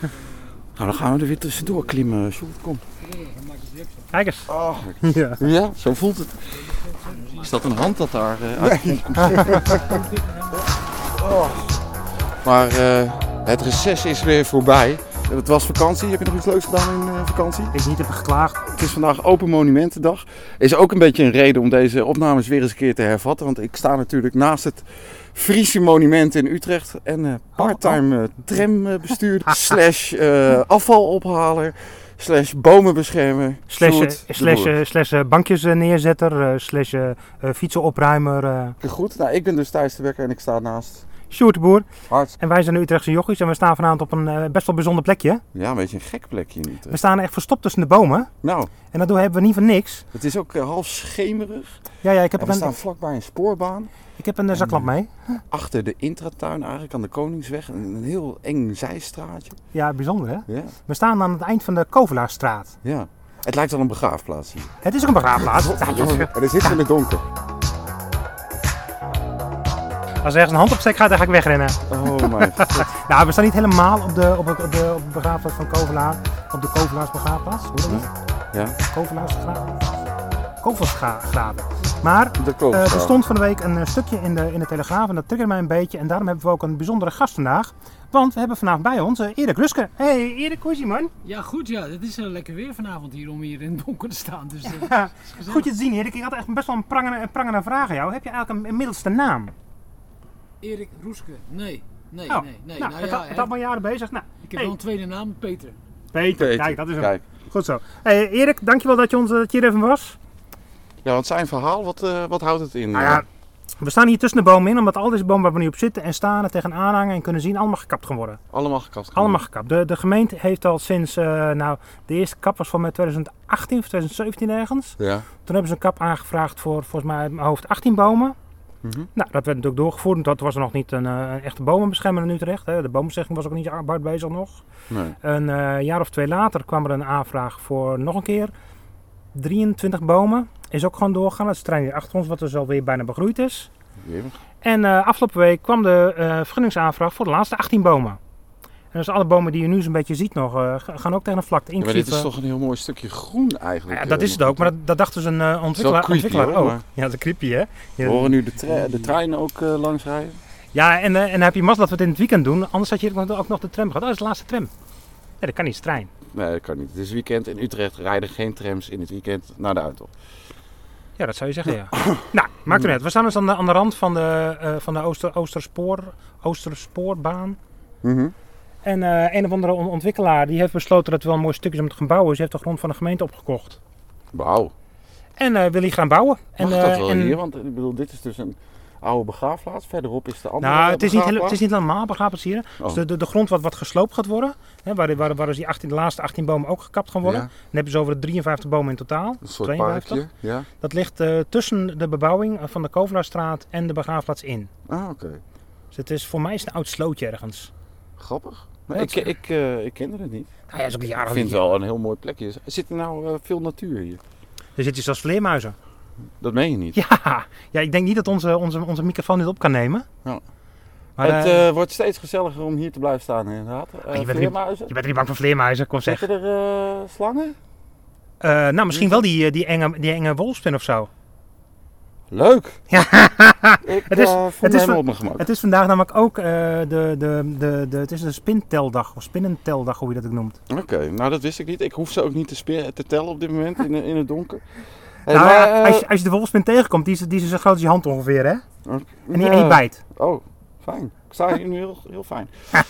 Nou, dan gaan we er weer tussendoor klimmen, Sjoerd, kom. Kijk eens. Oh. Ja. Ja, zo voelt het. Is dat een hand dat daar uitkomt? Oh. Maar het reces is weer voorbij. Het was vakantie. Heb je nog iets leuks gedaan in vakantie? Ik niet heb geklaagd. Het is vandaag Open Monumentendag. Is ook een beetje een reden om deze opnames weer eens een keer te hervatten. Want ik sta natuurlijk naast het Friese monument in Utrecht. En parttime trambestuurder, slash afvalophaler, slash bomenbeschermer. Slash bankjes neerzetter, slash fietsenopruimer. Goed, nou, ik ben dus Thijs de Bekker en ik sta naast Sjoerd de Boer. Hart. En wij zijn de Utrechtse jochies en we staan vanavond op een best wel bijzonder plekje. Ja, een beetje een gek plekje in Utrecht. We staan echt verstopt tussen de bomen. Nou. En daardoor hebben we niet van niks. Het is ook half schemerig. Ja, ik heb we staan vlakbij een spoorbaan. Ik heb een zaklamp mee. Achter de intratuin eigenlijk, aan de Koningsweg. Een heel eng zijstraatje. Ja, bijzonder hè? Ja. We staan aan het eind van de Kovelaarstraat. Ja. Het lijkt wel een begraafplaats hier. Het is ook een begraafplaats. En er zit in het donker. Als er ergens een hand opsteekt gaat, dan ga ik wegrennen. Oh mijn god. Nou, we staan niet helemaal op de begraafplaats van Kovelaar. Op de Kovelaarsbegraafplaats. Hoe dat? Ja. Kovelsgraven. Maar er stond van de week een stukje in de Telegraaf en dat triggerde mij een beetje. En daarom hebben we ook een bijzondere gast vandaag. Want we hebben vandaag bij ons Erik Ruske. Hey Erik, hoe is ie man? Ja goed, ja. Het is lekker weer vanavond hier om hier in het donker te staan. Dus, goed je te zien Erik. Ik had echt best wel een prangende vraag aan jou. Heb je eigenlijk een middelste naam? Erik Roeske? Nee. Nou, het had maar jaren bezig. Nou, ik heb wel een tweede naam, Peter. Peter, kijk, dat is hem. Kijk. Goed zo. Hey Erik, dankjewel dat je hier even was. Ja, want zijn verhaal, wat houdt het in? Nou ja, we staan hier tussen de bomen in, omdat al deze bomen waar we nu op zitten en staan en tegen aanhangen en kunnen zien, allemaal gekapt gaan worden. Allemaal gekapt? Allemaal gekapt. De gemeente heeft al sinds, de eerste kap was voor mij 2018 of 2017 ergens. Ja. Toen hebben ze een kap aangevraagd voor volgens mij uit mijn hoofd 18 bomen. Mm-hmm. Nou, dat werd natuurlijk doorgevoerd. Dat was er nog niet een echte bomenbeschermer in Utrecht. Hè. De bomenbescherming was ook niet hard bezig nog. Nee. Een jaar of 2 later kwam er een aanvraag voor nog een keer 23 bomen. Is ook gewoon doorgegaan. Dat is het terrein hier achter ons, wat dus alweer bijna begroeid is. Jemig. En afgelopen week kwam de vergunningsaanvraag voor de laatste 18 bomen. En dus alle bomen die je nu zo'n beetje ziet nog, gaan ook tegen een vlakte. Ja, maar dit is toch een heel mooi stukje groen eigenlijk. Ja, dat is het ook, maar dat dacht dus een ontwikkelaar ook. Ja, dat is creepy hè. We horen nu de trein ook langs rijden. Ja, en dan heb je mazzel dat we het in het weekend doen. Anders had je ook nog de tram gehad. Dat is de laatste tram. Nee, dat kan niet, het is trein. Nee, dat kan niet. Het is weekend. In Utrecht rijden geen trams in het weekend naar de Uithof. Ja, dat zou je zeggen, ja. Nou, maakt het net. We staan dus aan de rand van de Oosterspoorbaan. Mm-hmm. En een of andere ontwikkelaar die heeft besloten dat het wel een mooi stukje is om te gaan bouwen. Dus hij heeft de grond van de gemeente opgekocht. Wauw. En wil hij gaan bouwen. Mag dat wel hier? Want ik bedoel, dit is dus een oude begraafplaats. Verderop is de andere begraafplaats. Het is niet helemaal begraafplaats hier. Oh. Dus de grond wat gesloopt gaat worden. Hè, waar dus de laatste 18 bomen ook gekapt gaan worden. Ja. Dan heb je zo over de 53 bomen in totaal. Een soort parkje, ja. Dat ligt tussen de bebouwing van de Kovelaarstraat en de begraafplaats in. Ah, oké. Dus voor mij is het een oud slootje ergens. Grappig. Maar ik kende het niet. Nou ja, is ook jaren ik vind het wel een heel mooi plekje. Zit er nou veel natuur hier? Er zitten zelfs vleermuizen. Dat meen je niet? Ja, ik denk niet dat onze microfoon dit op kan nemen. Ja. Maar, het wordt steeds gezelliger om hier te blijven staan inderdaad. Vleermuizen? Je bent er niet bang voor vleermuizen, kom zeg. Zitten er slangen? Nou, misschien wel die enge wolfspin of zo. Leuk! Ja. Het is helemaal op mijn gemak. Het is vandaag namelijk ook het is een spinteldag, of spinnenteldag, hoe je dat ook noemt. Oké, nou dat wist ik niet. Ik hoef ze ook niet te tellen op dit moment in het donker. Hey, nou, maar, als je de wolfspin tegenkomt, die is zo groot als je hand ongeveer, hè? En die bijt. Oh, fijn. Ik sta hier nu heel fijn.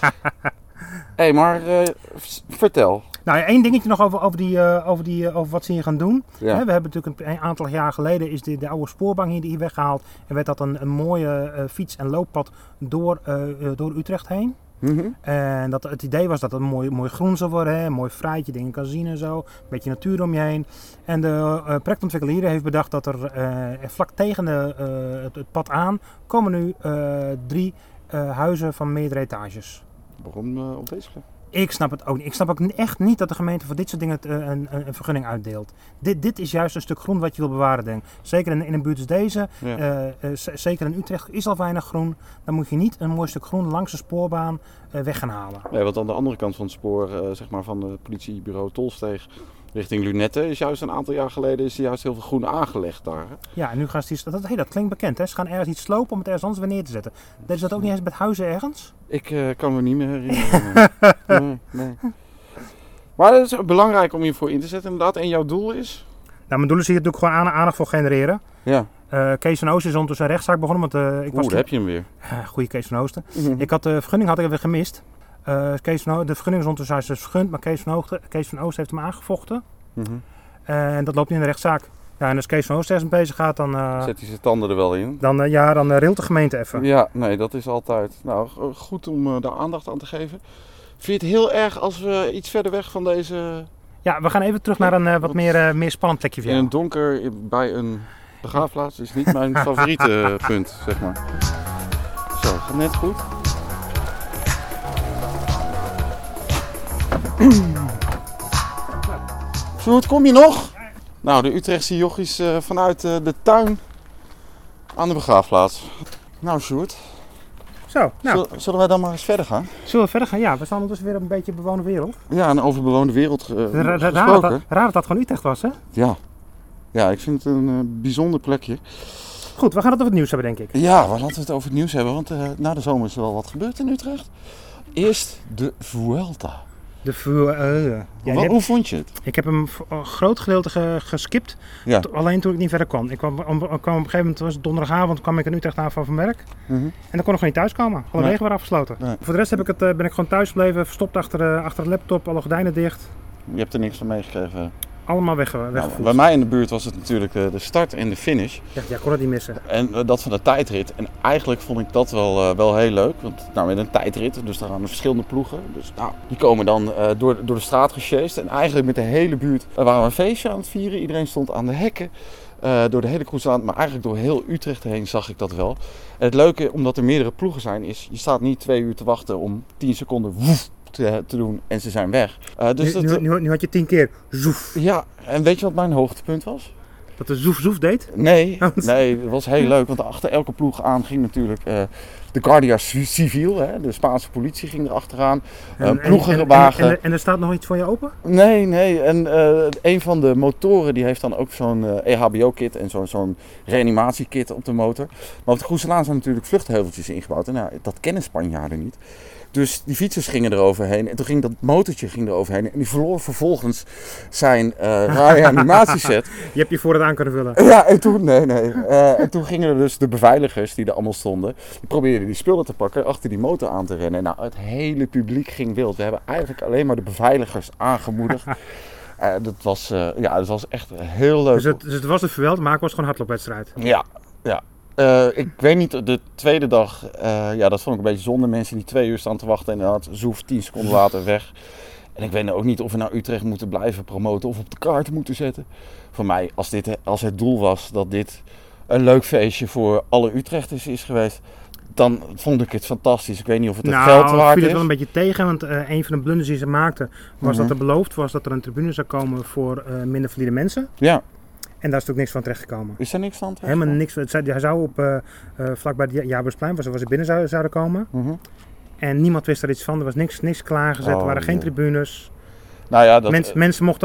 Hey, maar vertel. Nou, één dingetje nog over wat ze hier gaan doen. Ja. We hebben natuurlijk een aantal jaar geleden is de oude spoorbaan hier weggehaald. En werd dat een mooie fiets- en looppad door Utrecht heen. Mm-hmm. En het idee was dat het mooi groen zou worden, hè? Een mooi fruitje, dingen kan zien en zo. Een beetje natuur om je heen. En de projectontwikkelaar hier heeft bedacht dat er vlak tegen het pad aan komen nu 3 huizen van meerdere etages. Waarom op deze plek? Ik snap het ook niet. Ik snap ook echt niet dat de gemeente voor dit soort dingen een vergunning uitdeelt. Dit is juist een stuk groen wat je wil bewaren, denk ik. Zeker in een buurt als deze. Ja. Zeker in Utrecht is al weinig groen. Dan moet je niet een mooi stuk groen langs de spoorbaan weg gaan halen. Nee, want aan de andere kant van het spoor, zeg maar van het politiebureau Tolsteeg richting Lunette, is juist een aantal jaar geleden is er juist heel veel groen aangelegd daar. Hè? Ja, en nu gaan ze dat klinkt bekend, hè? Ze gaan ergens iets slopen om het ergens anders weer neer te zetten. Is dat ook niet eens met huizen ergens? Ik kan me niet meer herinneren. Nee. Maar het is belangrijk om hiervoor in te zetten inderdaad. En jouw doel is? Nou, mijn doel is hier natuurlijk gewoon aandacht voor genereren. Ja. Kees van Oosten is ondertussen een rechtszaak begonnen. Want, daar heb je hem weer. Goeie Kees van Oosten. Ik had de vergunning weer gemist. De vergunning is ondertussen dus vergund, maar Kees van Oosten heeft hem aangevochten. En dat loopt nu in de rechtszaak. Ja, en als Kees van Oosten ergens bezig gaat, dan... Zet hij zijn tanden er wel in? Dan rilt de gemeente even. Ja, nee, dat is altijd. Nou, goed om daar aandacht aan te geven. Vind je het heel erg als we iets verder weg van deze... Ja, we gaan even terug naar een wat meer spannend plekje voor in jou. een donker bij een begraafplaats is niet mijn favoriete punt, zeg maar. Zo, gaat net goed. Sjoerd, kom je nog? Nou, de Utrechtse jochies vanuit de tuin aan de begraafplaats. Nou, Sjoerd. Zo, nou. Zullen wij dan maar eens verder gaan? Zullen we verder gaan? Ja, we staan ondertussen weer op een beetje bewoonde wereld. Ja, een overbewoonde wereld gesproken. Raar dat dat gewoon Utrecht was, hè? Ja, ik vind het een bijzonder plekje. Goed, we gaan het over het nieuws hebben, denk ik. Ja, laten we het over het nieuws hebben, want na de zomer is er wel wat gebeurd in Utrecht. Eerst de Vuelta. Hoe vond je het? Ik heb hem een groot gedeelte geskipt, alleen toen ik niet verder kwam. Ik kwam op een gegeven moment, was het donderdagavond, kwam ik in Utrecht aan van werk. En dan kon ik gewoon niet thuiskomen. Alle wegen waren afgesloten. Nee. Voor de rest ben ik gewoon thuis gebleven, verstopt achter de laptop, alle gordijnen dicht. Je hebt er niks van meegekregen? Allemaal weggevoerd. Nou, bij mij in de buurt was het natuurlijk de start en de finish. Ja, kon het niet missen. En dat van de tijdrit. En eigenlijk vond ik dat wel heel leuk. Want met een tijdrit, dus daar gaan verschillende ploegen. Dus die komen dan door de straat gesjeest. En eigenlijk met de hele buurt waren we een feestje aan het vieren. Iedereen stond aan de hekken. Door de hele Kroeslaan, maar eigenlijk door heel Utrecht heen zag ik dat wel. En het leuke, omdat er meerdere ploegen zijn, is je staat niet 2 uur te wachten om 10 seconden te doen en ze zijn weg. Dus nu had je 10 keer zoef. Ja, en weet je wat mijn hoogtepunt was? Dat de zoef deed? Nee, het was heel leuk, want achter elke ploeg aan ging natuurlijk de Guardia Civil, hè, de Spaanse politie ging er achteraan, ploegenwagen. En er staat nog iets voor je open? Nee, en een van de motoren die heeft dan ook zo'n EHBO-kit en zo'n reanimatiekit op de motor. Maar op de Kroeselaan zijn natuurlijk vluchtheuveltjes ingebouwd en dat kennen Spanjaarden niet. Dus die fietsers gingen eroverheen en toen ging dat motortje eroverheen en die verloor vervolgens zijn reanimatieset. Je hebt je voor het aan kunnen vullen. Ja, en toen, en toen gingen er dus de beveiligers die er allemaal stonden, die probeerden die spullen te pakken, achter die motor aan te rennen. Nou, het hele publiek ging wild. We hebben eigenlijk alleen maar de beveiligers aangemoedigd. Dat was echt heel leuk. Dus het was de Vuelta, maar het was gewoon een hardloopwedstrijd. Ja. Ik weet niet, de tweede dag, dat vond ik een beetje zonde. Mensen die 2 uur staan te wachten en inderdaad zoef 10 seconden later weg. En ik weet ook niet of we naar Utrecht moeten blijven promoten of op de kaart moeten zetten. Voor mij, als het doel was dat dit een leuk feestje voor alle Utrechters is geweest, dan vond ik het fantastisch. Ik weet niet of het geld waard is. Nou, ik viel het wel een beetje tegen, want een van de blunders die ze maakten was dat er beloofd was dat er een tribune zou komen voor minder valide mensen. Ja. En daar is natuurlijk niks van terechtgekomen. Is er niks van terecht? Helemaal niks. Hij zou op vlakbij het Jabersplein, waar ze binnen zouden komen. En niemand wist er iets van. Er was niks klaargezet. Er waren geen tribunes. Nou ja, mensen mochten...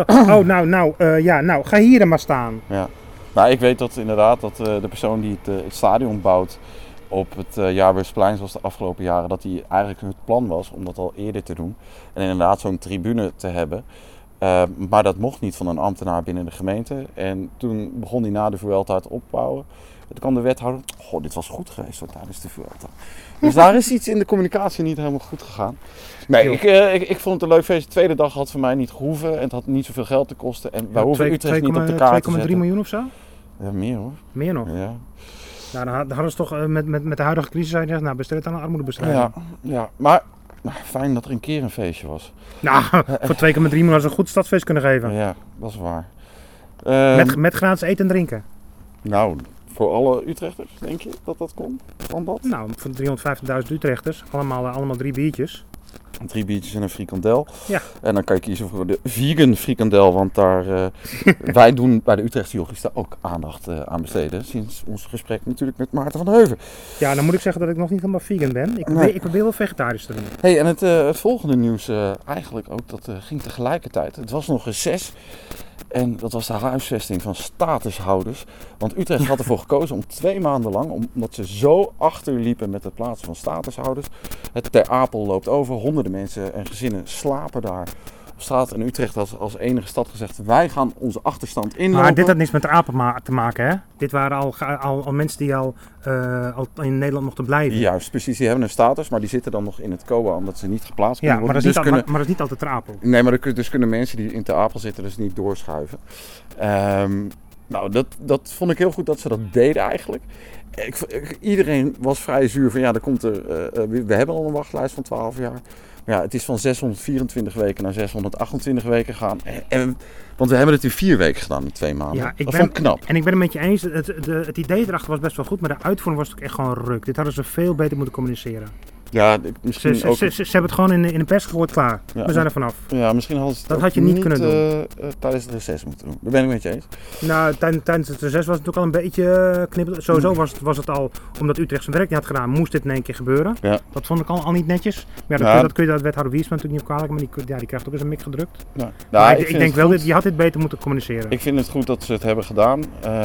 ga hier dan maar staan. Ja. Nou, ik weet dat inderdaad de persoon die het stadion bouwt op het Jabersplein, zoals de afgelopen jaren, dat die eigenlijk het plan was om dat al eerder te doen. En inderdaad zo'n tribune te hebben. Maar dat mocht niet van een ambtenaar binnen de gemeente. En toen begon hij na de Vuelta het opbouwen. Toen kwam de wethouder. Dit was goed geweest tijdens de Vuelta. Dus daar is iets in de communicatie niet helemaal goed gegaan. Nee, ik vond het een leuk feest. De tweede dag had voor mij niet gehoeven. En het had niet zoveel geld te kosten. En wij hoeven Utrecht niet op de kaart te zetten. 2,3 miljoen of zo? Ja, meer hoor. Meer nog? Ja. Nou, dan hadden ze toch met de huidige crisis gezegd, nou, bestel het aan armoedebestrijding. Ja, maar fijn dat er een keer een feestje was. Nou, voor 2,3 miljoen hadden ze een goed stadsfeest kunnen geven. Ja, dat is waar. Met gratis eten en drinken. Nou, voor alle Utrechters, denk je dat kon? Kan dat? Nou, voor 350.000 Utrechters, allemaal 3 biertjes. 3 biertjes en een frikandel. Ja. En dan kan je kiezen voor de vegan frikandel, want daar wij doen bij de Utrechtse Jochies daar ook aandacht aan besteden. Sinds ons gesprek natuurlijk met Maarten van der Heuven. Ja, dan moet ik zeggen dat ik nog niet helemaal vegan ben. Ik probeer wel vegetarisch te doen. Hey, en het volgende nieuws eigenlijk ook, dat ging tegelijkertijd. Het was nog reces. En dat was de huisvesting van statushouders. Want Utrecht had ervoor gekozen om 2 maanden lang, omdat ze zo achterliepen met het plaatsen van statushouders. Het Ter Apel loopt over, honderden mensen en gezinnen slapen daar op straat. En Utrecht had als enige stad gezegd, wij gaan onze achterstand inlopen. Maar dit had niks met Ter Apel te maken, hè? Dit waren al mensen die al in Nederland mochten blijven. Juist, precies. Die hebben een status, maar die zitten dan nog in het COA omdat ze niet geplaatst kunnen worden. Maar dat is niet altijd Ter Apel. Nee, maar dus kunnen mensen die in Ter Apel zitten dus niet doorschuiven. Nou, dat vond ik heel goed dat ze dat deden eigenlijk. Iedereen was vrij zuur van we hebben al een wachtlijst van 12 jaar. Ja, het is van 624 weken naar 628 weken gegaan. Want we hebben het in 4 weken gedaan in 2 maanden. Ja, dat vond ik knap. En ik ben het met je eens. Het idee erachter was best wel goed, maar de uitvoering was ook echt gewoon ruk. Dit hadden ze veel beter moeten communiceren. Ja, misschien ze hebben het gewoon in de pers gegooid, klaar. Ja, we zijn er vanaf. Ja, misschien hadden ze dat had je niet kunnen doen. Tijdens het reces moeten doen. Daar ben ik met je eens. Nou, tijdens het reces was het ook al een beetje knippelen. Sowieso was het al, omdat Utrecht zijn werk niet had gedaan, moest dit in één keer gebeuren. Ja. Dat vond ik al niet netjes. Maar dat kun je dat wethouder Wiersma natuurlijk niet opkalen, maar die krijgt ook eens een mik gedrukt. Ja. Maar ik denk wel, je had dit beter moeten communiceren. Ik vind het goed dat ze het hebben gedaan.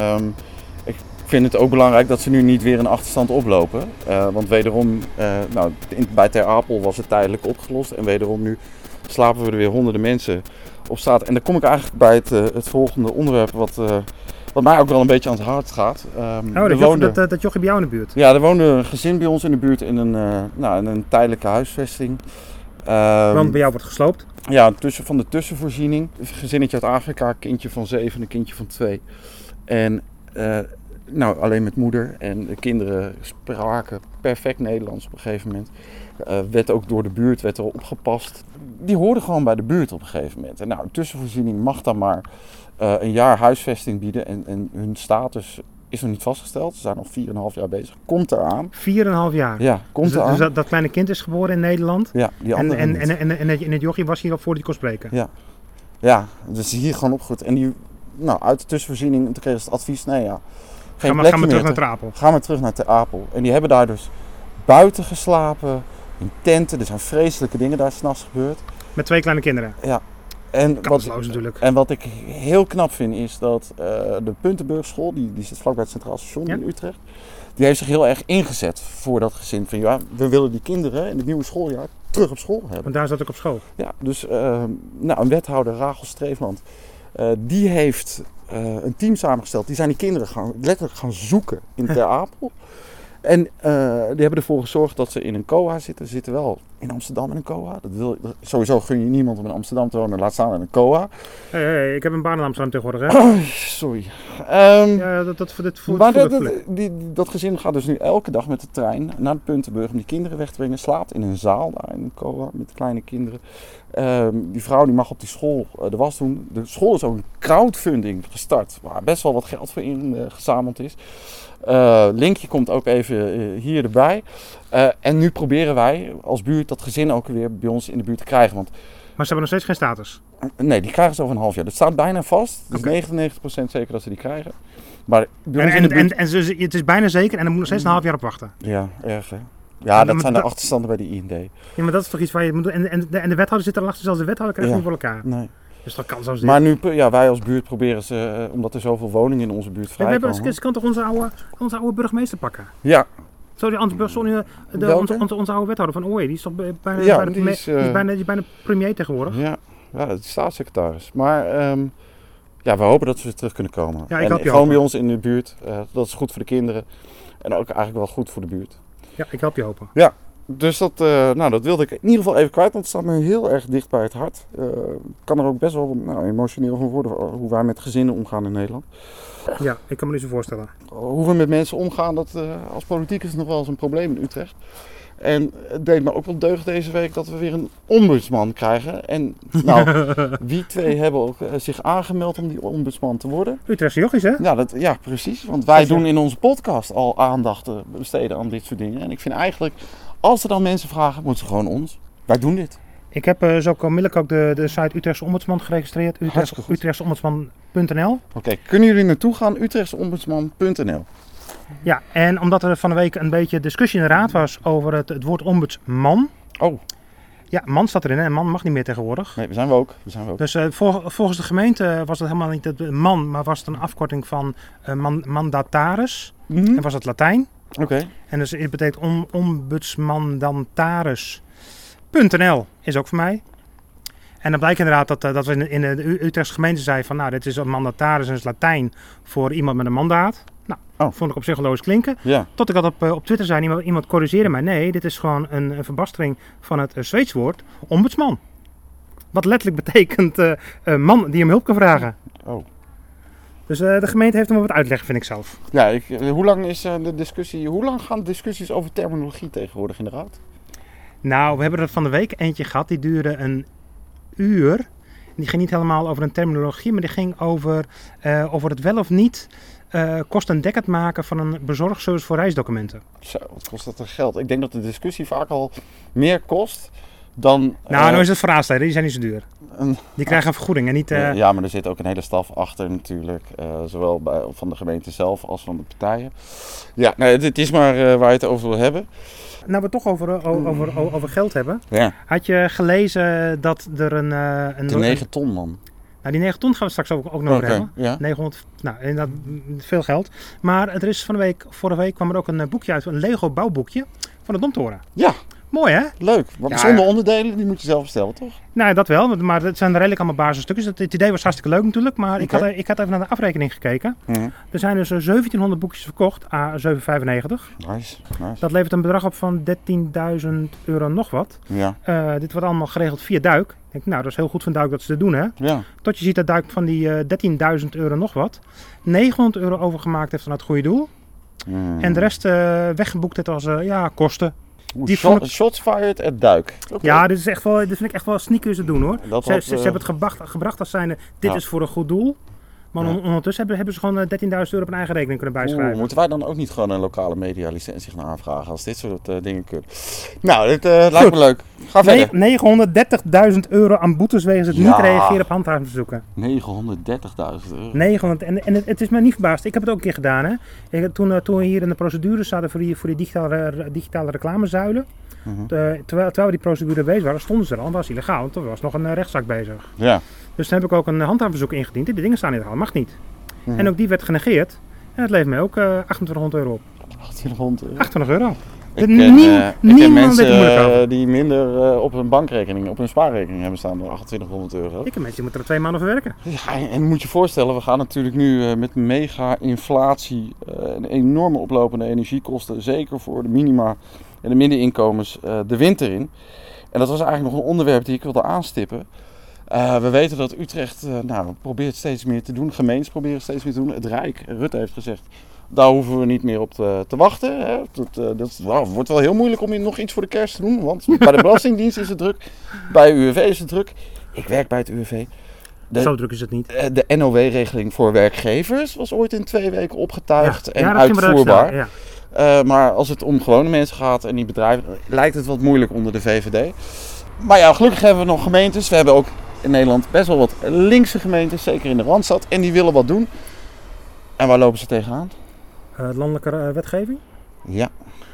Ik vind het ook belangrijk dat ze nu niet weer een achterstand oplopen. Want wederom, bij Ter Apel was het tijdelijk opgelost. En wederom nu slapen we er weer honderden mensen op straat. En dan kom ik eigenlijk bij het volgende onderwerp wat mij ook wel een beetje aan het hart gaat. Dat jochie bij jou in de buurt? Ja, er woonde een gezin bij ons in de buurt in een tijdelijke huisvesting. Want bij jou wordt gesloopt? Ja, van de tussenvoorziening. Een gezinnetje uit Afrika, kindje van 7, een kindje van 2. En... alleen met moeder en de kinderen spraken perfect Nederlands op een gegeven moment. Werd ook door de buurt erop opgepast. Die hoorden gewoon bij de buurt op een gegeven moment. En de tussenvoorziening mag dan maar een jaar huisvesting bieden en hun status is nog niet vastgesteld. Ze zijn al 4,5 jaar bezig. Komt eraan. 4,5 jaar? Ja, komt eraan. Dus dat kleine kind is geboren in Nederland? Ja, die andere en het jochie was hier al voor die kon spreken? Ja, dus hier gewoon opgegroeid. En die, uit de tussenvoorziening, toen kregen ze het advies, Ga maar terug naar Ter Apel. Ga maar terug naar Ter Apel. En die hebben daar dus buiten geslapen, in tenten. Er zijn vreselijke dingen daar 's nachts gebeurd. Met 2 kleine kinderen? Ja. Kansloos natuurlijk. En wat ik heel knap vind is dat de Puntenburgschool, die zit vlakbij het Centraal Station in Utrecht. Die heeft zich heel erg ingezet voor dat gezin. Van we willen die kinderen in het nieuwe schooljaar terug op school hebben. Want daar zat ik op school. Ja, dus een wethouder, Rachel Streefland, die heeft... een team samengesteld. Die zijn die kinderen letterlijk gaan zoeken in Ter Apel. En die hebben ervoor gezorgd dat ze in een COA zitten. Ze zitten wel in Amsterdam in een COA. Sowieso gun je niemand om in Amsterdam te wonen. Laat staan in een COA. Hey, ik heb een baan in Amsterdam tegenwoordig, hè? Oh, sorry. Dat gezin gaat dus nu elke dag met de trein naar de Puntenburg om die kinderen weg te brengen. Slaapt in een zaal daar in een COA met de kleine kinderen. Die vrouw die mag op die school de was doen. De school is ook een crowdfunding gestart. Waar best wel wat geld voor ingezameld is. Linkje komt ook even hier erbij. En nu proberen wij als buurt dat gezin ook weer bij ons in de buurt te krijgen. Maar ze hebben nog steeds geen status? Nee, die krijgen ze over een half jaar. Dat staat bijna vast. Dus 99% zeker dat ze die krijgen. Maar het is bijna zeker en dan moet nog steeds een half jaar op wachten? Ja, erg hè. Ja, dat zijn de achterstanden bij de IND. Ja, maar dat is toch iets waar je moet doen. En de wethouder zit erachter, zelfs de wethouder krijgt niet voor elkaar. Nee. Dus dat kan zo zijn. Maar nu, wij als buurt proberen ze, omdat er zoveel woningen in onze buurt vrijkomen. Ze kan toch onze oude burgemeester pakken? Ja. Onze oude wethouder van OE, die is toch bijna premier tegenwoordig? Ja, dat is staatssecretaris. Maar we hopen dat ze weer terug kunnen komen. Ja, en gewoon bij ons in de buurt. Dat is goed voor de kinderen. En ook eigenlijk wel goed voor de buurt. Ja, ik help je hopen. Ja. Dus dat wilde ik in ieder geval even kwijt, want het staat me heel erg dicht bij het hart. Ik kan er ook best wel emotioneel van worden, hoe wij met gezinnen omgaan in Nederland. Ja, ik kan me niet zo voorstellen. Hoe we met mensen omgaan, als politiek is het nog wel eens een probleem in Utrecht. En het deed me ook wel deugd deze week dat we weer een ombudsman krijgen. En wie 2 hebben ook zich aangemeld om die ombudsman te worden? Utrechtse jochies, hè? Ja, precies. Want wij doen in onze podcast al aandacht besteden aan dit soort dingen. En ik vind eigenlijk, als er dan mensen vragen, moeten ze gewoon ons. Wij doen dit. Ik heb zo onmiddellijk ook de site Utrechtse Ombudsman geregistreerd. Utrechtsombudsman.nl. Oké, kunnen jullie naartoe gaan? Utrechtsombudsman.nl. Ja, en omdat er van de week een beetje discussie in de raad was over het woord ombudsman. Oh. Ja, man staat erin en man mag niet meer tegenwoordig. Nee, we zijn we ook. Dus volgens de gemeente was het helemaal niet het man, maar was het een afkorting van mandataris. Mm-hmm. En was het Latijn. Oké. En dus het betekent ombudsmandantaris.nl is ook voor mij. En dan blijkt inderdaad dat we in de Utrechtse gemeente zeiden van, nou, dit is een mandataris en is Latijn voor iemand met een mandaat. Nou, vond ik op zich wel logisch klinken. Ja. Tot ik dat op Twitter zei, iemand corrigeerde mij. Nee, dit is gewoon een verbastering van het Zweeds woord ombudsman. Wat letterlijk betekent man die om hulp kan vragen. Oh. Dus de gemeente heeft hem wat uitleggen, vind ik zelf. Ja, hoe lang gaan de discussies over terminologie tegenwoordig in de raad? Nou, we hebben er van de week eentje gehad, die duurde een uur. Die ging niet helemaal over een terminologie, maar die ging over het wel of niet kostendekkend maken van een bezorgservice voor reisdocumenten. Zo, wat kost dat er geld? Ik denk dat de discussie vaak al meer kost dan... Nou is het voor aansteden, die zijn niet zo duur. Die krijgen een vergoeding en niet... Ja, maar er zit ook een hele staf achter natuurlijk. Zowel van de gemeente zelf als van de partijen. Ja, nee, het is maar waar je het over wil hebben. Nou, we het toch over geld hebben. Ja. Had je gelezen dat er een... De 9 ton, man. Nou, die 9 ton gaan we straks ook nog over hebben. Ja. 900, nou, inderdaad, veel geld. Maar er is vorige week kwam er ook een boekje uit, een Lego bouwboekje van de Domtoren. Ja. Mooi, hè? Leuk. Maar zonder onderdelen, die moet je zelf bestellen, toch? Nou, dat wel. Maar het zijn redelijk allemaal basisstukjes. Het idee was hartstikke leuk natuurlijk. Maar ik had even naar de afrekening gekeken. Mm-hmm. Er zijn dus 1700 boekjes verkocht. A 7,95. Nice. Dat levert een bedrag op van €13.000 nog wat. Ja. Dit wordt allemaal geregeld via Duik. Ik denk, nou, dat is heel goed van Duik dat ze dat doen, hè? Ja. Tot je ziet dat Duik van die €13.000 nog wat €900 overgemaakt heeft aan het goede doel. Mm. En de rest weggeboekt heeft als kosten. Shots fired at Duik. Okay. Ja, dit vind ik echt wel sneaky te doen, hoor. Ze hebben het gebracht als zijnde, dit is voor een goed doel. Maar ondertussen hebben ze gewoon €13.000 op een eigen rekening kunnen bijschrijven. Moeten wij dan ook niet gewoon een lokale medialicentie gaan aanvragen als dit soort dingen kunnen? Nou, dit lijkt me leuk. Ga verder. €930.000 aan boetes wegens het niet reageren op handhavingsverzoeken. €930.000. En het is me niet verbaasd. Ik heb het ook een keer gedaan. Hè. Toen we hier in de procedure zaten voor die digitale reclamezuilen. Mm-hmm. Terwijl we die procedure bezig waren, stonden ze er al. Dat was illegaal, want er was nog een rechtszaak bezig. Ja. Dus toen heb ik ook een handhavingsverzoek ingediend. Die dingen staan illegaal, mag niet. Mm-hmm. En ook die werd genegeerd. En dat levert mij ook €2800 op. €28? Ik ken mensen die minder op hun bankrekening, op hun spaarrekening hebben staan dan €2800. Ik ken mensen die moeten er 2 maanden voor werken. Ja, en moet je voorstellen, we gaan natuurlijk nu met mega-inflatie en enorme oplopende energiekosten, zeker voor de minima en de middeninkomens, de winter in. En dat was eigenlijk nog een onderwerp die ik wilde aanstippen. We weten dat Utrecht probeert steeds meer te doen. Gemeentes proberen steeds meer te doen. Het Rijk, Rutte heeft gezegd, daar hoeven we niet meer op te wachten. Hè. Dat wordt wel heel moeilijk om nog iets voor de kerst te doen. Want bij de Belastingdienst is het druk. Bij UWV is het druk. Ik werk bij het UWV. Zo druk is het niet. De NOW-regeling voor werkgevers was ooit in 2 weken opgetuigd en uitvoerbaar. Ja. Maar als het om gewone mensen gaat en die bedrijven, lijkt het wat moeilijk onder de VVD. Maar ja, gelukkig hebben we nog gemeentes. We hebben ook in Nederland best wel wat linkse gemeentes, zeker in de Randstad. En die willen wat doen. En waar lopen ze tegenaan? Landelijke wetgeving? Ja.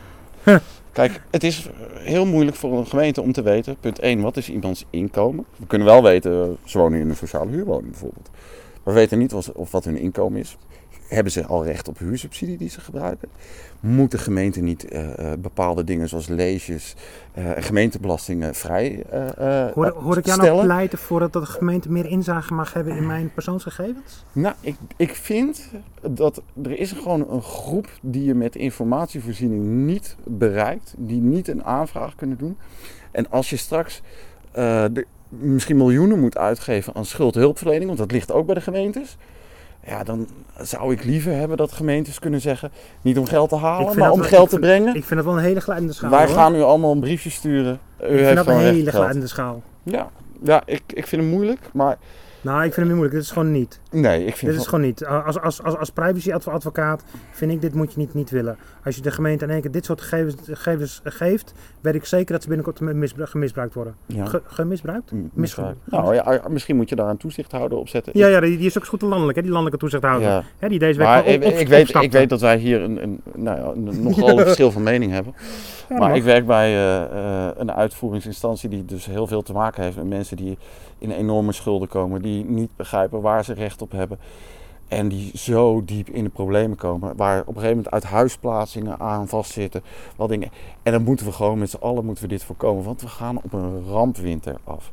Kijk, het is heel moeilijk voor een gemeente om te weten, punt 1, wat is iemands inkomen? We kunnen wel weten, ze wonen in een sociale huurwoning bijvoorbeeld. Maar we weten niet wat hun inkomen is. Hebben ze al recht op huursubsidie die ze gebruiken? Moet de gemeente niet bepaalde dingen zoals leges en gemeentebelastingen vrij Hoor ik jou stellen? nog pleiten voor dat de gemeente meer inzage mag hebben in mijn persoonsgegevens? Nou, ik vind dat er is gewoon een groep die je met informatievoorziening niet bereikt. Die niet een aanvraag kunnen doen. En als je straks misschien miljoenen moet uitgeven aan schuldhulpverlening, want dat ligt ook bij de gemeentes. Ja, dan zou ik liever hebben dat gemeentes kunnen zeggen, niet om geld te halen, maar om geld te brengen. Ik vind dat wel een hele glijdende schaal. Wij gaan u allemaal een briefje sturen. Ik vind dat een hele glijdende schaal. Ja, ik vind het moeilijk, maar... Nou, ik vind het niet moeilijk. Dit is gewoon niet. Nee, ik vind dit is gewoon niet. Als privacy-advocaat vind ik dit moet je niet willen. Als je de gemeente in één keer dit soort gegevens geeft, weet ik zeker dat ze binnenkort gemisbruikt worden. Ja. Gemisbruikt? Misbruikt. Nou ja, misschien moet je daar een toezichthouder op zetten. Ja, die is ook goed landelijk, hè, die landelijke toezichthouder. Ja. Hè, die deze week ik weet dat wij hier een nogal verschil van mening hebben. Ja, maar ik werk bij een uitvoeringsinstantie die dus heel veel te maken heeft met mensen die in enorme schulden komen, die niet begrijpen waar ze recht op hebben en die zo diep in de problemen komen, waar op een gegeven moment uit huisplaatsingen aan vastzitten, wat dingen. En dan moeten we gewoon met z'n allen dit voorkomen, want we gaan op een rampwinter af.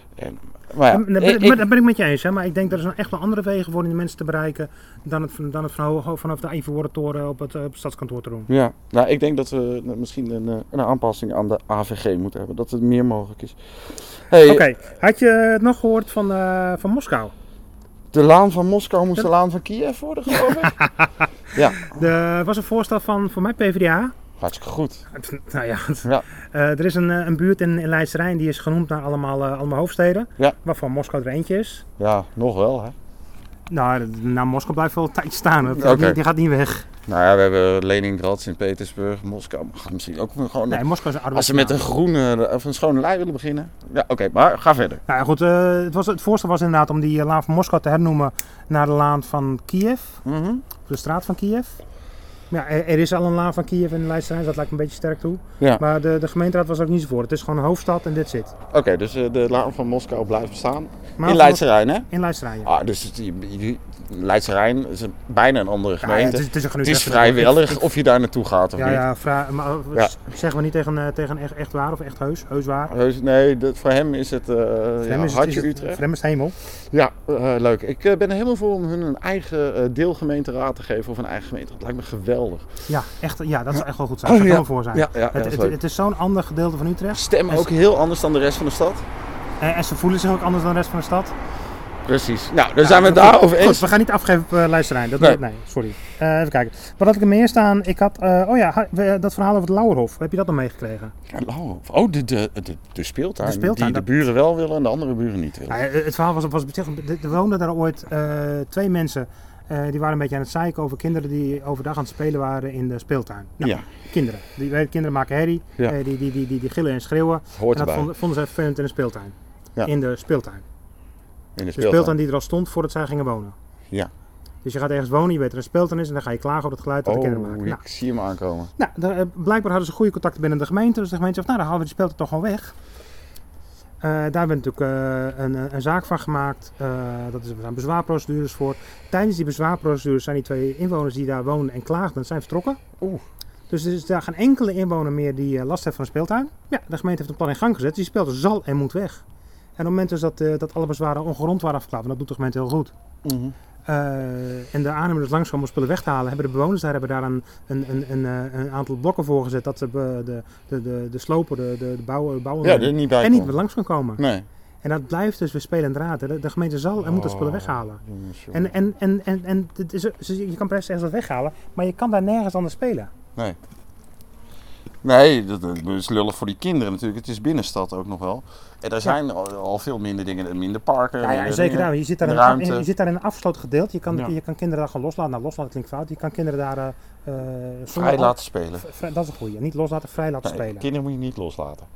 Maar ja, dat ben ik met je eens, hè? Maar ik denk dat er echt wel andere wegen voor om die mensen te bereiken dan het vanaf de Ivoortoren op het stadskantoor te doen. Ja, nou, ik denk dat we misschien een aanpassing aan de AVG moeten hebben, dat het meer mogelijk is. Hey, Oké, had je het nog gehoord van Moskou? De laan van Moskou moest de laan van Kiev worden, geloof ik. Ja. Er was een voorstel van voor mij PvdA. Hartstikke goed. Nou ja, er is een buurt in Leidse Rijn die is genoemd naar allemaal hoofdsteden. Ja. Waarvan Moskou er eentje is. Ja, nog wel hè. Nou, Moskou blijft wel een tijdje staan. Die gaat niet weg. Nou ja, we hebben Leningrad, Sint-Petersburg, Moskou. Gaat misschien ook gewoon... Nee, Moskou is een als ze met een groene of een schone lei willen beginnen. Ja, oké, maar ga verder. Nou ja, goed, het voorstel was inderdaad om die laan van Moskou te hernoemen naar de laan van Kiev. Mm-hmm. De straat van Kiev. Ja, er is al een laan van Kiev in de Leidse Rijn, dat lijkt me een beetje sterk toe. Ja. Maar de gemeenteraad was er ook niet zo voor. Het is gewoon een hoofdstad en dit zit. Oké, dus de laan van Moskou blijft bestaan. In Leidse Rijn, hè? In Leidse Rijn, ja. Ah, dus Leidse Rijn is bijna een andere gemeente. Ja, het is vrijwillig of je daar naartoe gaat of niet. Maar zeggen we niet tegen echt waar of echt heus waar? Nee, voor hem is het Hartje Utrecht. Voor hem is het hemel. Ja, leuk. Ik ben er helemaal voor om hun een eigen deelgemeenteraad te geven of een eigen gemeente. Dat lijkt me geweldig. Ja, echt, dat zou echt wel goed zijn. Daar zou ik helemaal voor zijn. Ja, het is zo'n ander gedeelte van Utrecht. Stemmen ook heel anders dan de rest van de stad. En ze voelen zich ook anders dan de rest van de stad. Precies. Nou, dan zijn we het daarover eens. Goed, we gaan niet afgeven op Leidse Rijn. Nee, sorry. Even kijken. Wat had ik er meer staan? Ik had, dat verhaal over het Lauwerhof. Heb je dat nog meegekregen? Ja, Lauwerhof. Oh, de speeltuin. Die de buren wel willen en de andere buren niet willen. Nou, het verhaal was er woonden daar ooit 2 mensen. Die waren een beetje aan het zeiken over kinderen die overdag aan het spelen waren in de speeltuin. Nou, ja. Kinderen maken herrie. Ja. Die gillen en schreeuwen. Hoort en dat erbij. vonden ze vervelend in de speeltuin. Ja. In de speeltuin. De speeltuin die er al stond voordat zij gingen wonen. Ja. Dus je gaat ergens wonen, je weet er een speeltuin is en dan ga je klagen over het geluid dat de kinderen maken. Ik zie hem aankomen. Nou, blijkbaar hadden ze goede contacten binnen de gemeente. Dus de gemeente zegt, nou dan halen we die speeltuin toch gewoon weg. Daar hebben we natuurlijk een zaak van gemaakt. Er zijn bezwaarprocedures voor. Tijdens die bezwaarprocedures zijn die 2 inwoners die daar wonen en klaagden, zijn vertrokken. Dus er is daar geen enkele inwoner meer die last heeft van een speeltuin. Ja, de gemeente heeft een plan in gang gezet. Die speeltuin zal en moet weg. En op het moment dus dat alle bezwaren ongegrond waren afgeklaard, en dat doet de gemeente heel goed. Mm-hmm. En de aannemer dus langskomen om spullen weg te halen, hebben de bewoners daar een aantal blokken voor gezet dat de sloper, de bouwer er niet bij niet meer langs kan komen. Nee. En dat blijft dus weer spelen en draad. De gemeente zal en moet de spullen weghalen. Je kan best ergens wat weghalen, maar je kan daar nergens anders spelen. Nee, dat is lullig voor die kinderen natuurlijk. Het is binnenstad ook nog wel. En er zijn al veel minder dingen, minder parken. Ja, zeker daar. Je zit daar in een afgesloten gedeelte. Je kan kinderen daar gewoon loslaten. Nou, loslaten klinkt fout. Je kan kinderen daar... vrij laten spelen. Dat is een goeie. Niet loslaten, vrij laten spelen. Kinderen moet je niet loslaten.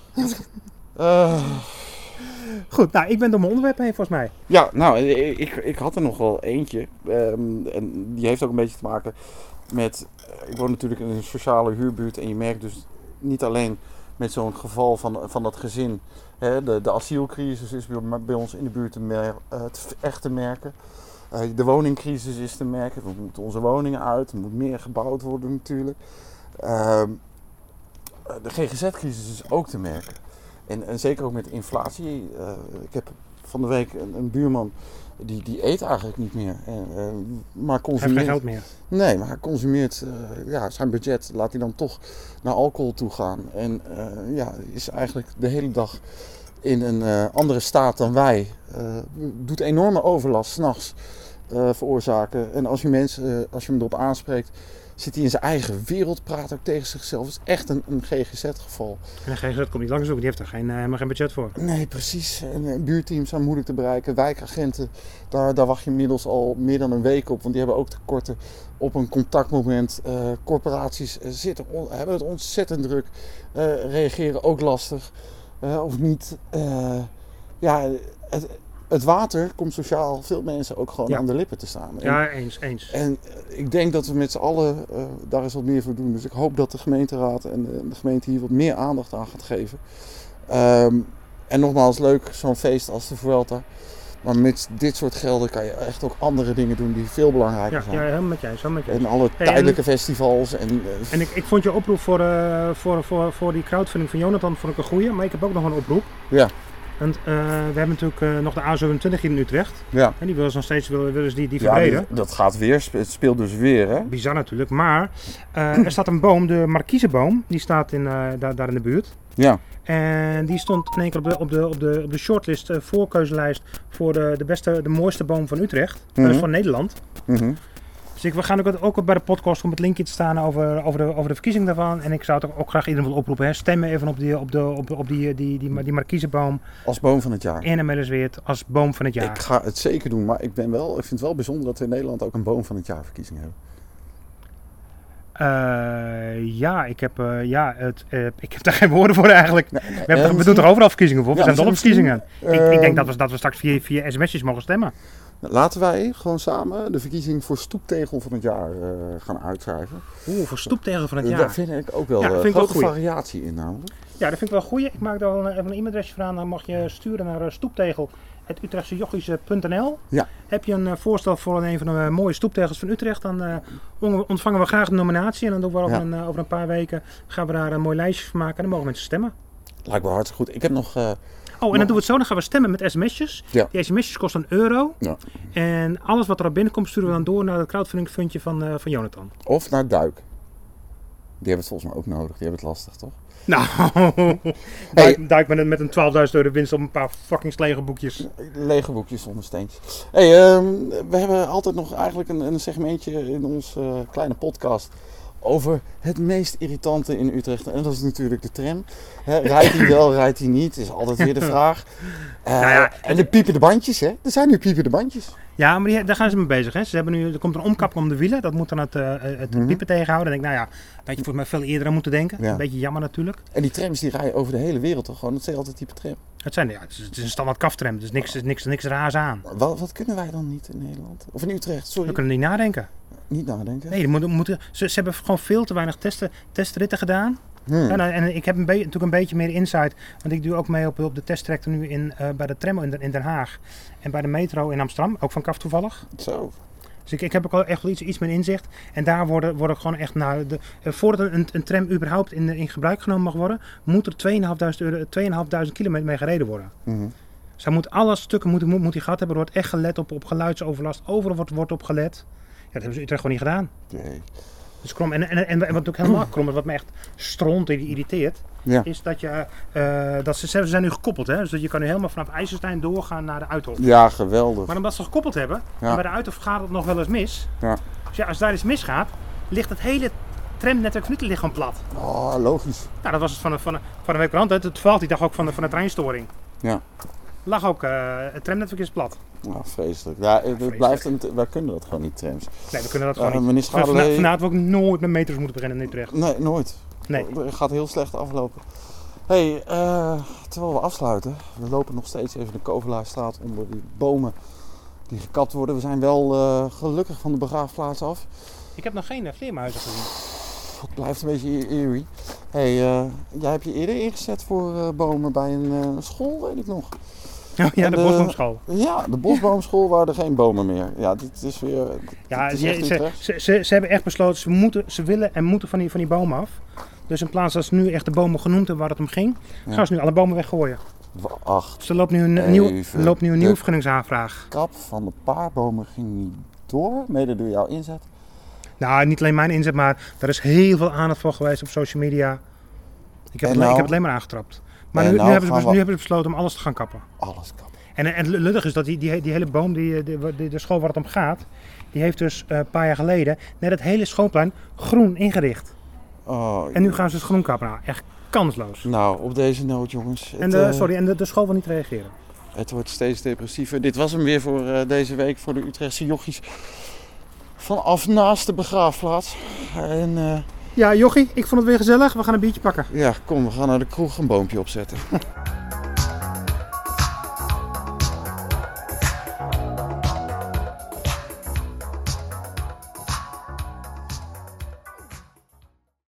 Goed, nou, ik ben door mijn onderwerp heen volgens mij. Ja, nou, ik had er nog wel eentje. En die heeft ook een beetje te maken met... Ik woon natuurlijk in een sociale huurbuurt en je merkt dus niet alleen met zo'n geval van dat gezin. Hè, de asielcrisis is bij ons in de buurt echt te merken. De woningcrisis is te merken. We moeten onze woningen uit. Er moet meer gebouwd worden natuurlijk. De GGZ-crisis is ook te merken. En zeker ook met inflatie. Ik heb van de week een buurman die eet eigenlijk niet meer. Maar consumeert. Hij heeft geen geld meer. Nee, maar hij consumeert zijn budget. Laat hij dan toch naar alcohol toe gaan. En is eigenlijk de hele dag in een andere staat dan wij. Doet enorme overlast 's nachts veroorzaken. En als je hem erop aanspreekt, zit hij in zijn eigen wereld, praat ook tegen zichzelf. Het is echt een GGZ-geval. En een GGZ komt niet langs zoeken, die heeft er helemaal geen budget voor. Nee, precies. En buurteams zijn moeilijk te bereiken. Wijkagenten, daar wacht je inmiddels al meer dan een week op. Want die hebben ook tekorten op een contactmoment. Corporaties hebben het ontzettend druk. Reageren ook lastig. Of niet. Het water komt sociaal veel mensen ook gewoon aan de lippen te staan. Ja, eens. En ik denk dat we met z'n allen daar eens wat meer voor doen. Dus ik hoop dat de gemeenteraad en de gemeente hier wat meer aandacht aan gaat geven. En nogmaals, leuk zo'n feest als de Vuelta. Maar met dit soort gelden kan je echt ook andere dingen doen die veel belangrijker zijn. Ja, helemaal met jij. En alle tijdelijke festivals. En ik vond je oproep voor die crowdfunding van Jonathan vond ik een goeie. Maar ik heb ook nog een oproep. Ja. Want we hebben natuurlijk nog de A27 hier in Utrecht. Ja. En die willen ze nog steeds die verbreden. Ja, dat gaat weer. Het speelt dus weer, hè? Bizar natuurlijk. Maar er staat een boom, de markiezenboom. Die staat daar in de buurt. Ja. En die stond in één keer op de shortlist, voorkeuzelijst voor de mooiste boom van Utrecht. Mm-hmm. Van Nederland. Mm-hmm. Dus we gaan ook bij de podcast om het linkje te staan over de verkiezing daarvan. En ik zou het ook graag iedereen oproepen. Hè. Stemmen even op die markiezenboom. Als boom van het jaar. In Emmersweert als boom van het jaar. Ik ga het zeker doen, maar ik vind het wel bijzonder dat we in Nederland ook een boom van het jaar verkiezing hebben. Ik heb daar geen woorden voor eigenlijk. We doen toch overal verkiezingen voor? We zijn dol op verkiezingen. Ik denk dat we straks via sms'jes mogen stemmen. Laten wij gewoon samen de verkiezing voor stoeptegel van het jaar gaan uitschrijven. Voor stoeptegel van het jaar. Daar vind ik ook wel grote variatie in namelijk. Ja, dat vind ik wel goed. Ik maak daar wel even een e-mailadresje voor aan. Dan mag je sturen naar stoeptegel@utrechtsejockeys.nl. Ja. Heb je een voorstel voor een van de mooie stoeptegels van Utrecht, dan ontvangen we graag een nominatie. En dan doen we over een paar weken gaan we daar een mooi lijstje van maken. En dan mogen mensen stemmen. Lijkt me hartstikke goed. Ik heb nog... en dan doen we het zo. Dan gaan we stemmen met sms'jes. Ja. Die sms'jes kosten €1. Ja. En alles wat er binnenkomt sturen we dan door naar het crowdfunding fundje van Jonathan. Of naar Duik. Die hebben het volgens mij ook nodig. Die hebben het lastig, toch? Nou, Duik met een €12.000 winst op een paar fucking lege boekjes. Lege boekjes zonder steentjes. We hebben altijd nog eigenlijk een segmentje in onze kleine podcast over het meest irritante in Utrecht. En dat is natuurlijk de tram. Rijdt hij wel, rijdt hij niet? Is altijd weer de vraag. En de piepende bandjes, hè? Er zijn nu piepende bandjes. Ja, maar daar gaan ze mee bezig. Hè? Er komt een omkap om de wielen. Dat moet dan het piepen tegenhouden. Dan denk ik, dat je volgens mij veel eerder aan moeten denken. Ja. Een beetje jammer natuurlijk. En die trams die rijden over de hele wereld toch gewoon hetzelfde type tram? Het is een standaard kaftram. Dus niks raars aan. Wat kunnen wij dan niet in Nederland? Of in Utrecht, sorry. We kunnen niet nadenken. Niet nadenken? Nee, ze hebben gewoon veel te weinig testritten gedaan. En ik heb natuurlijk een beetje meer insight. Want ik doe ook mee op de testtrack nu bij de tram in Den Haag. En bij de metro in Amsterdam. Ook van KAF toevallig. Zo. Dus ik heb ook wel echt wel iets meer inzicht. En daar worden gewoon echt... voordat een tram überhaupt in gebruik genomen mag worden... moet er 2.500 kilometer mee gereden worden. Mm-hmm. Dus hij moet alle stukken moet hij gehad hebben. Er wordt echt gelet op geluidsoverlast. Overal wordt op gelet. Ja, dat hebben ze Utrecht gewoon niet gedaan. Nee. Dus krom. En wat ook helemaal krom is, wat me echt stront irriteert, is dat ze zijn nu gekoppeld. Hè? Dus dat je kan nu helemaal vanaf IJsselstein doorgaan naar de Uithof. Ja, geweldig. Maar omdat ze gekoppeld hebben, en bij de Uithof gaat het nog wel eens mis. Ja. Dus als daar iets misgaat, ligt het hele tramnetwerk van Utrecht gewoon plat. Oh, logisch. Nou, dat was het van een week rand. Het valt die dag ook van de treinstoring. Ja. Lag ook, het tramnetwerk is plat. Nou, vreselijk. Ja, wij kunnen dat gewoon niet, trams. Nee, we kunnen dat gewoon niet. Vandaar dat we ook nooit met meters moeten beginnen in Utrecht. Nee, nooit. Nee. Het gaat heel slecht aflopen. Terwijl we afsluiten, we lopen nog steeds even de Kovelaarstraat onder die bomen die gekapt worden. We zijn wel gelukkig van de begraafplaats af. Ik heb nog geen vleermuizen gezien. Het blijft een beetje eerie. Jij hebt je eerder ingezet voor bomen bij een school, weet ik nog. Ja, de bosboomschool. Ja, de bosboomschool waren er geen bomen meer. Ja, dit is weer... Ze hebben echt besloten, ze willen en moeten van die bomen af. Dus in plaats dat ze nu echt de bomen genoemd hebben waar het om ging, gaan ze nu alle bomen weggooien. Wacht. Er loopt nu een nieuwe vergunningsaanvraag. Kap van de paarbomen ging niet door, mede door jouw inzet. Nou, niet alleen mijn inzet, maar er is heel veel aandacht voor geweest op social media. Ik heb het alleen maar aangetrapt. Maar nu hebben ze besloten om alles te gaan kappen. Alles kappen. En het lullig is dat die hele boom, de school waar het om gaat, die heeft dus een paar jaar geleden net het hele schoolplein groen ingericht. Oh, en nu gaan ze het groen kappen. Nou, echt kansloos. Nou, op deze noot jongens. En de school wil niet reageren. Het wordt steeds depressiever. Dit was hem weer voor deze week voor de Utrechtse jochies. Vanaf naast de begraafplaats. En, ja, jochie, ik vond het weer gezellig. We gaan een biertje pakken. Ja, kom, we gaan naar de kroeg een boompje opzetten.